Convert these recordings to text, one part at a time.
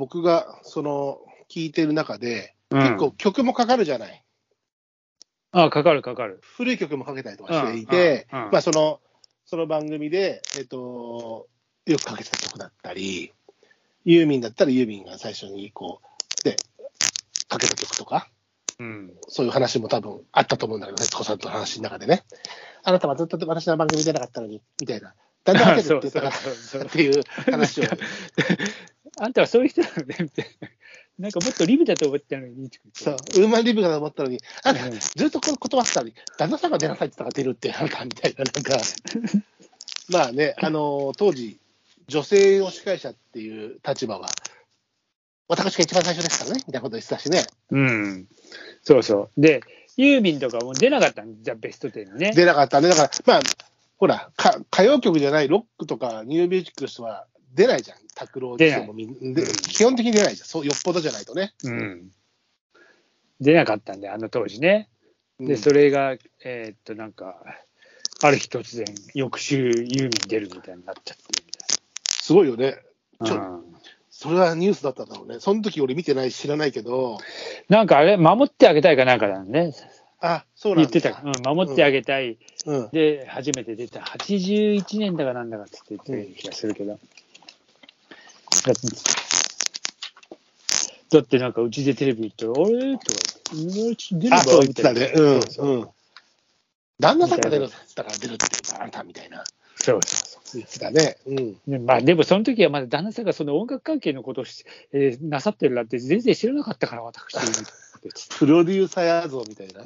僕が聞いてる中で、 うん結構曲もかかるじゃない。 あ、かかるかかる。 古い曲もかけたりとかしていて、 うんうんうんまあその番組で、よくかけてた曲だったり、ユーミンだったらユーミンが最初にで、かけた曲とか、 うん、 そういう話も多分あったと思うんだけど、徹子さんとの話の中でね。あなたはずっと私の番組出なかったのに、みたいな。だんだんかけてって言ったからっていう話を。 あんたはそういう人なのねみたいな。なんかもっとリブだと思ってたのに。 そう、ウーマンリブかと思ったのに、あんたずっと断ってたのに、旦那さんが出なさいって言ったから出るって、なんかみたいな、なんか、まあね、当時、女性の司会者っていう立場は、私が一番最初ですからね、みたいなこと言ってたしね。 うん。そうそう。で、ユーミンとかも出なかったんじゃ、ベスト10にね。 出なかったね。だから、まあ、ほら、歌謡曲じゃないロックとかニューミュージックの人は出ないじゃん。拓郎にしても基本的に出ないじゃん。そう、よっぽどじゃないとね。 うん。出なかったんで、あの当時ね。で、 うん、 それが、なんか、ある日突然、翌週ユーミン出るみたいになっちゃってみたいすごいよね。 な。 それはニュースだったんだろうね。その時俺見てないし知らないけど。 なんかあれ、守ってあげたいかなんかだね。 あ、そうなんだ。 言ってた。うん、守ってあげたい。 うん。 で、初めて出た。81年だかなんだかって言ってる気がするけど。だってなんかうちでテレビ行ったら、あれとか言って、出るばそう言ってみたいな。 たね。うん。うん。旦那さんが出るって言ったから出るって言うからあんたみたいな。 そうそう。 言ってたね。うん。 まあでもその時はまだ旦那さんがその音楽関係のことをなさってるなんて全然知らなかったから私。 プロデューサーやぞみたいな。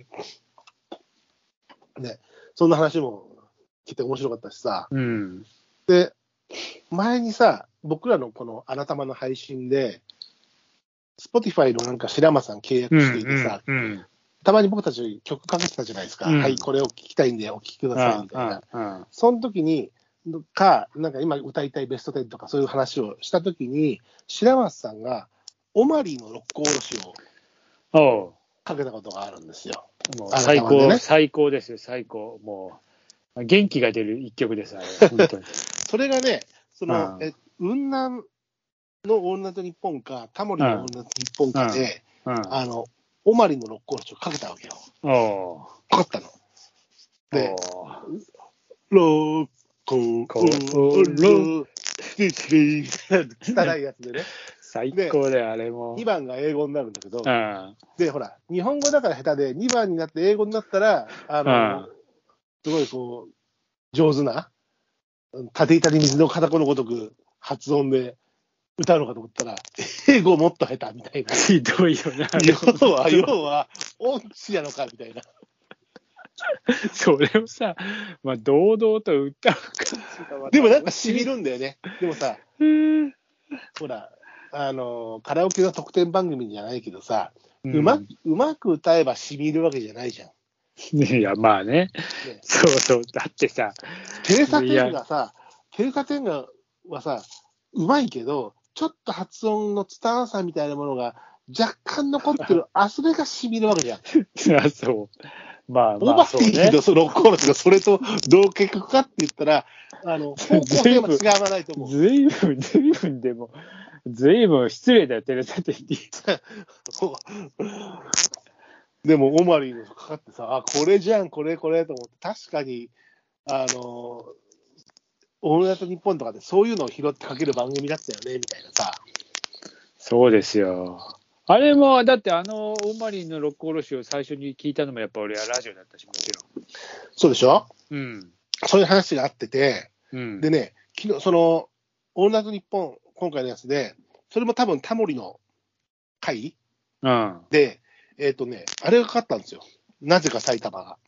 ね。そんな話も聞いて面白かったしさ。 うん。 で、前にさ、僕らのこのあなたまの配信で、Spotify のなんか白間さん契約していてさ、たまに僕たち曲かけてたじゃないですか。はい、これを聞きたいんでお聞きくださいみたいな。その時に、なんか今歌いたいベスト10とかそういう話をした時に、白松さんがオマリーの六甲おろしをかけたことがあるんですよ。 もう最高、ね、最高ですよ、最高。もう、元気が出る一曲です、あれ。本当にそれがね、雲南のオールナイトニッポンか、タモリのオールナイトニッポンかで、オマリの六甲おろしをかけたわけよ。かかったの。で、六甲おろし、汚いやつでね。 最高だよ、あれも。 2番が英語になるんだけど、で、ほら、日本語だから下手で、2番になって英語になったら、すごいこう、上手な、縦板に水の片のごとく発音で歌うのかと思ったら、英語もっと下手みたいな。 ひどいよな。 要は、音痴なのかみたいな。 それをさ、まあ、堂々と歌う感じが。でもなんかしみるんだよね。でもさ、ほら、カラオケの特典番組じゃないけどさ、うまく歌えばしみるわけじゃないじゃん。 いや、まあね。そうそう。だってさ、 テレサ・テンがさ、テレサ・テンガはさ、うまいけど、ちょっと発音の伝わさみたいなものが若干残ってる、それがしみるわけじゃん。 あ、そう。まあ、 オバティのそのコーラスがそれと同結かって言ったら、方向性も違わないと思う。 ずいぶんでも、ずいぶん失礼だよ、テレサテンに。 でも、オマリーのかかってさ、これじゃん、これと思って、確かに、オールナイトニッポンとかでそういうのを拾ってかける番組だったよね、みたいなさ。 そうですよ。あれも、だってオマリンの六甲おろしを最初に聞いたのもやっぱ俺はラジオだったし、もちろん。 そうでしょ？ うん。 そういう話があってて、 うん、 でね、昨日、オールナイトニッポン、今回のやつで、それも多分タモリの回、で、あれがかかったんですよ。なぜか埼玉が。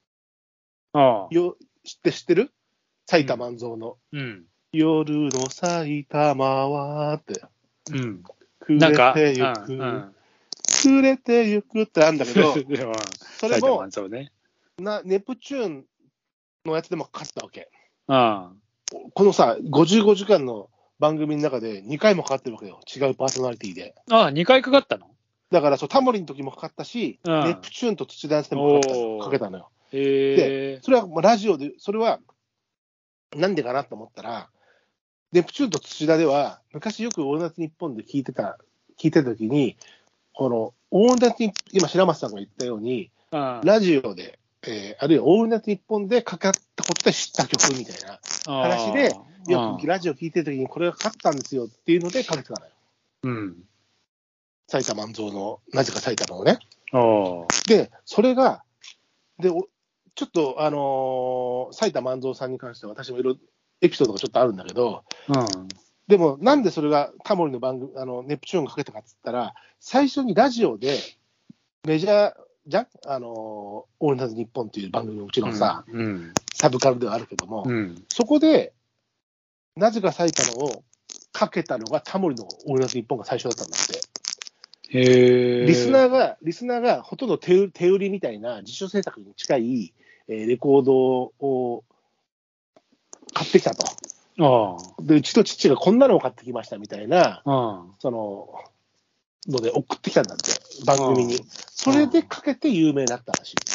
知ってる？埼玉万蔵の、夜の埼玉はって、暮れてゆく、暮れてゆくってあるんだけど、それも、ネプチューンのやつでもかかったわけ。このさ、55時間の番組の中で2回もかかってるわけよ。違うパーソナリティで。 2回かかったの？ だからタモリの時もかかったし、ネプチューンと土田のやつでもかけたのよ。で、それはラジオで、それはなんでかなと思ったら、 ネプチューンと土田では、昔よくオールナイトニッポンで聞いてた時に、このオールナイトニッポン、今白松さんが言ったように、ラジオで、あるいはオールナイトニッポンでかかったことで知った曲みたいな話で、よくラジオ聞いてる時にこれがかかったんですよっていうのでかけてたのよ。 うん。 埼玉万蔵の、なぜか埼玉のね。で、それが、で、ちょっと、埼玉万蔵さんに関しては私もいろいろエピソードがちょっとあるんだけど、でもなんでそれがタモリの番組、ネプチューンがかけたかっつったら、最初にラジオでメジャーじゃん、オールナイトニッポンっていう番組ももちろんさ、サブカルではあるけども、そこで、なぜか埼玉をかけたのがタモリのオールナイトニッポンが最初だったんだって。リスナーがほとんど手売りみたいな自主制作に近い、レコードを買ってきたと。で、うちと父がこんなのを買ってきましたみたいな、そので送ってきたんだって、番組に。それでかけて有名だったらしい。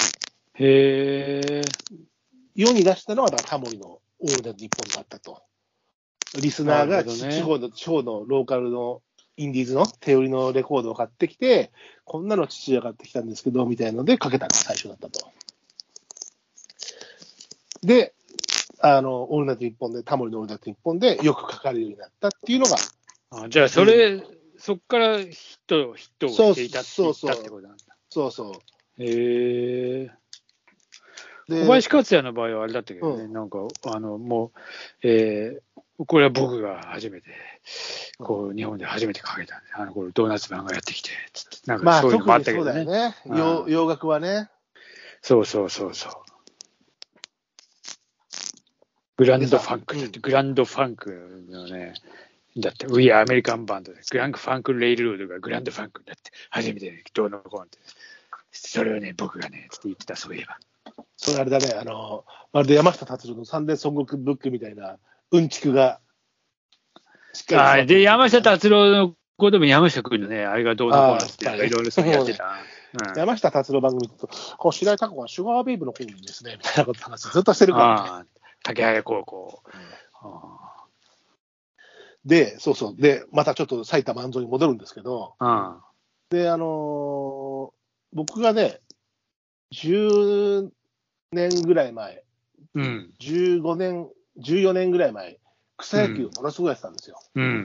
世に出したのはタモリのオールナイトニッポンだったと。リスナーが地方のローカルのインディーズの手売りのレコードを買ってきて、こんなの父が買ってきたんですけどみたいなのでかけたのが最初だったと。で、オールナイトニッポンで、タモリのオールナイトニッポンでよくかかるようになったっていうのが。 じゃあそっからヒットをしていたってことなんだ。 そうそう。 小林克也の場合はあれだったけどね、なんか、もう、これは僕が初めて、こう、日本で初めてかけたんで、これドーナツマンがやってきて、つって、なんかそういうのもあったけどね。 そうだよね。洋楽はね。 そう。グランドファンクのね、だって、We are American Band で、グランドファンクレイルロードがグランドファンクだって、初めてどうのこうのって、それをね、僕がね、つって言ってた、そういえば。 それあれだね、まるで山下達郎のサンデーソングブックみたいな、うんちくがしっかり。で、山下達郎の子でも山下君のね、あれがどうのこうのって、いろいろそうやってた。 山下達郎番組と、こう白井貴子がシュガーベイブの子にですね、みたいなこと話ずっとしてるからね。 竹早高校。 で、で、またちょっと埼玉万蔵に戻るんですけど、で、僕がね、10年ぐらい前、15年、14年ぐらい前、草野球をものすごいやってたんですよ。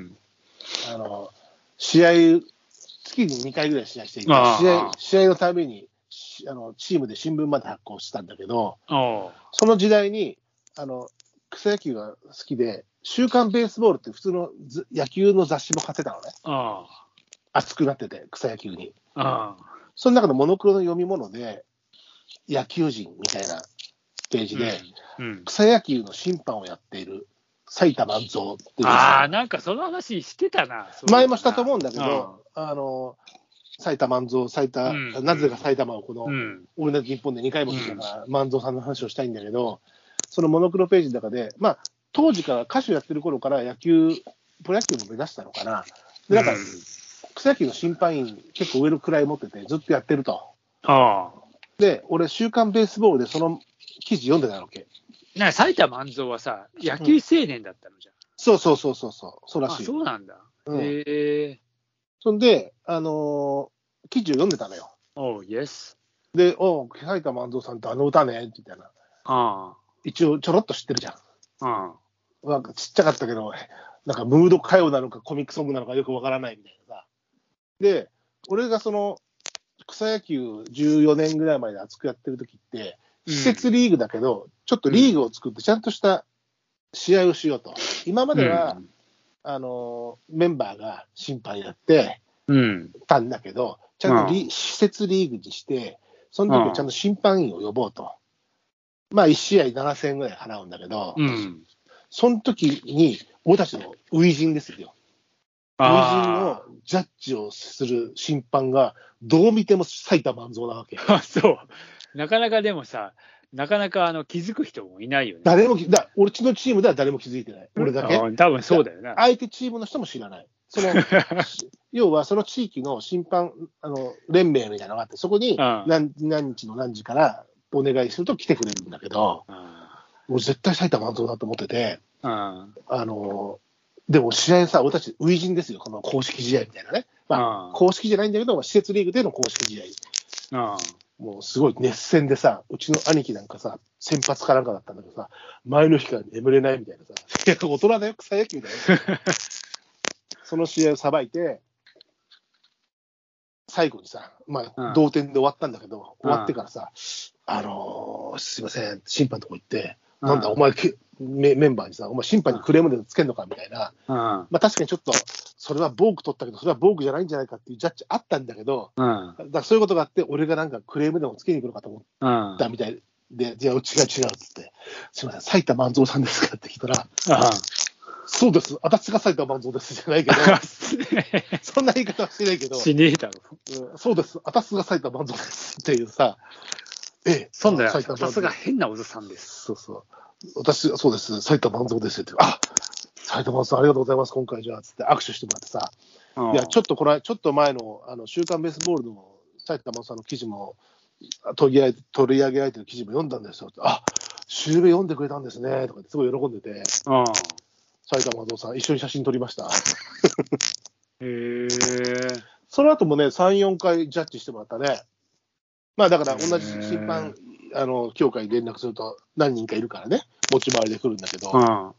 試合、月に2回ぐらい試合していて、試合のためにチームで新聞まで発行したんだけど、その時代に草野球が好きで、週刊ベースボールって普通の野球の雑誌も買ってたのね。熱くなってて、草野球に。その中のモノクロの読み物で、野球人みたいなページで、草野球の審判をやっている埼玉万蔵っていう。 なんかその話してたな。 前もしたと思うんだけど、埼玉万蔵、なぜか埼玉をこの、オールナイトニッポンで2回も聞いたから、万蔵さんの話をしたいんだけど、そのモノクロページの中で、まあ、当時から歌手やってる頃からプロ野球も目指したのかな。で、なんか、草野球の審判員結構上の位持ってて、ずっとやってると。で、俺、週刊ベースボールでその記事読んでたわけ。 埼玉万蔵はさ、野球青年だったのじゃん。 そうそうらしい。 そうなんだ。 そんで、記事を読んでたのよ。で、埼玉万蔵さんって歌ねみたいな。一応ちょろっと知ってるじゃん。なんかちっちゃかったけど、なんかムード歌謡なのかコミックソングなのかよくわからないみたいなさ。で、俺がその草野球14年ぐらい前で熱くやってる時って、施設リーグだけど、ちょっとリーグを作ってちゃんとした試合をしようと。今までは、メンバーが審判やってたんだけど、ちゃんと施設リーグにして、その時はちゃんと審判員を呼ぼうと。まあ1試合7000円ぐらい払うんだけど、その時に、俺たちの初陣ですよ。初陣のジャッジをする審判が、どう見ても埼玉万蔵なわけ。 そう。なかなかでもさ、なかなか気づく人もいないよね。 俺のチームでは誰も気づいてない。俺だけ。 多分そうだよね。 相手チームの人も知らない。要はその地域の審判連盟みたいなのがあって、そこに何日の何時からお願いすると来てくれるんだけど、もう絶対埼玉万蔵だと思ってて、 でも試合さ、俺たち初陣ですよ、この公式試合みたいなね。まあ、公式じゃないんだけど、施設リーグでの公式試合。もうすごい熱戦でさ、うちの兄貴なんかさ、先発かなんかだったんだけどさ、前の日から眠れないみたいなさ、いや大人だよ、草野球だよ。その試合をさばいて、最後にさ、まあ、同点で終わったんだけど、終わってからさ、すいません、審判のとこ行って、なんだ、お前メンバーにさ、お前審判にクレームでつけんのかみたいな、まあ確かにちょっと、それはボーク取ったけど、それはボークじゃないんじゃないかっていうジャッジあったんだけど、だからそういうことがあって、俺がなんかクレームでもつけに行くのかと思ったみたいで、いや、違うっつって、すいません、埼玉万蔵さんですかって聞いたら、そうです、私が埼玉万蔵ですじゃないけど、そんな言い方はしてないけど、 しねえだろ。 そうです、私が埼玉万蔵ですっていうさ、 そんな私が変なおじさんです。 そうそう。私、そうです、埼玉万蔵ですって、埼玉万蔵ありがとうございます、今回じゃあ、つって握手してもらってさ、いや、ちょっと前の、週刊ベースボールの埼玉万蔵の記事も、取り上げられてる記事も読んだんですよ。シューベ読んでくれたんですね、とかってすごい喜んでて、埼玉万蔵さん、一緒に写真撮りました。その後もね、3、4回ジャッジしてもらったね。まあだから同じ審判協会に連絡すると何人かいるからね、持ち回りで来るんだけど、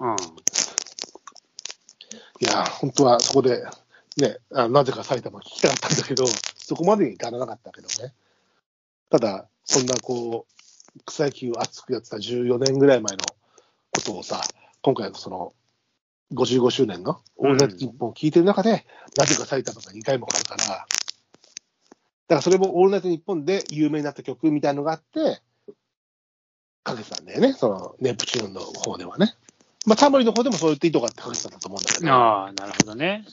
いや、本当はそこで、ね、なぜか埼玉聞きたかったんだけど、そこまでに至らなかったけどね。ただ、そんなこう、草野球を熱くやってた14年ぐらい前のことをさ、今回のその55周年のオールナイトニッポンを聞いてる中で、なぜか埼玉が2回も変わるから、だからそれもオールナイトニッポンで有名になった曲みたいなのがあって、かけてたんだよね、そのネプチューンの方ではね。まあ、タモリの方でもそういった意図があってかけてたんだと思うんだけど。 なるほどね。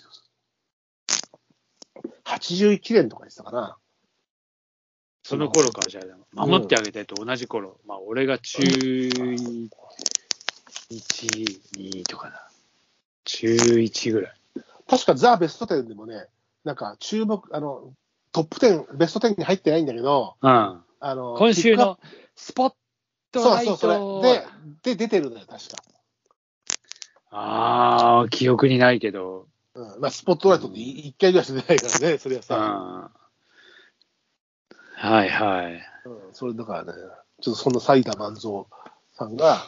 81年とか言ってたかな。 その頃からじゃあ、守ってあげてと同じ頃。まあ、俺が中1、2とかな。中1ぐらい。 確かザ・ベスト10でもね、なんか注目、トップ10、ベスト10に入ってないんだけど、 今週のスポットライトで出てるんだよ、確か。記憶にないけど。 まあ、スポットライトって1回ぐらいしか出ないからね、それはさ。 はいはい。 それだからね、ちょっとそんな埼玉万蔵さんが、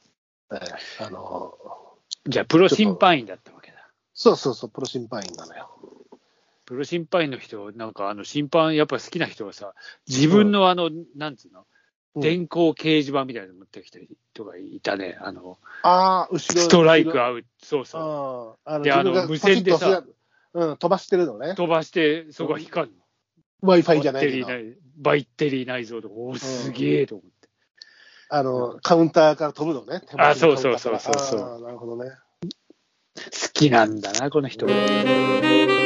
じゃあ、プロ審判員だったわけだ。 そう、プロ審判員なのよ。 プロ審判員の人、なんか審判やっぱ好きな人はさ、自分のなんつうの、電光掲示板みたいなの持ってきた人がいたね。 後ろストライクアウト、そうそう。で、無線でさ、 飛ばしてるのね。 飛ばして、そこが光るの。Wi-Fi じゃないけど。 バイテリー内蔵とか、すげえと思って。 カウンターから飛ぶのね。 そう。 なるほどね。 好きなんだな、この人。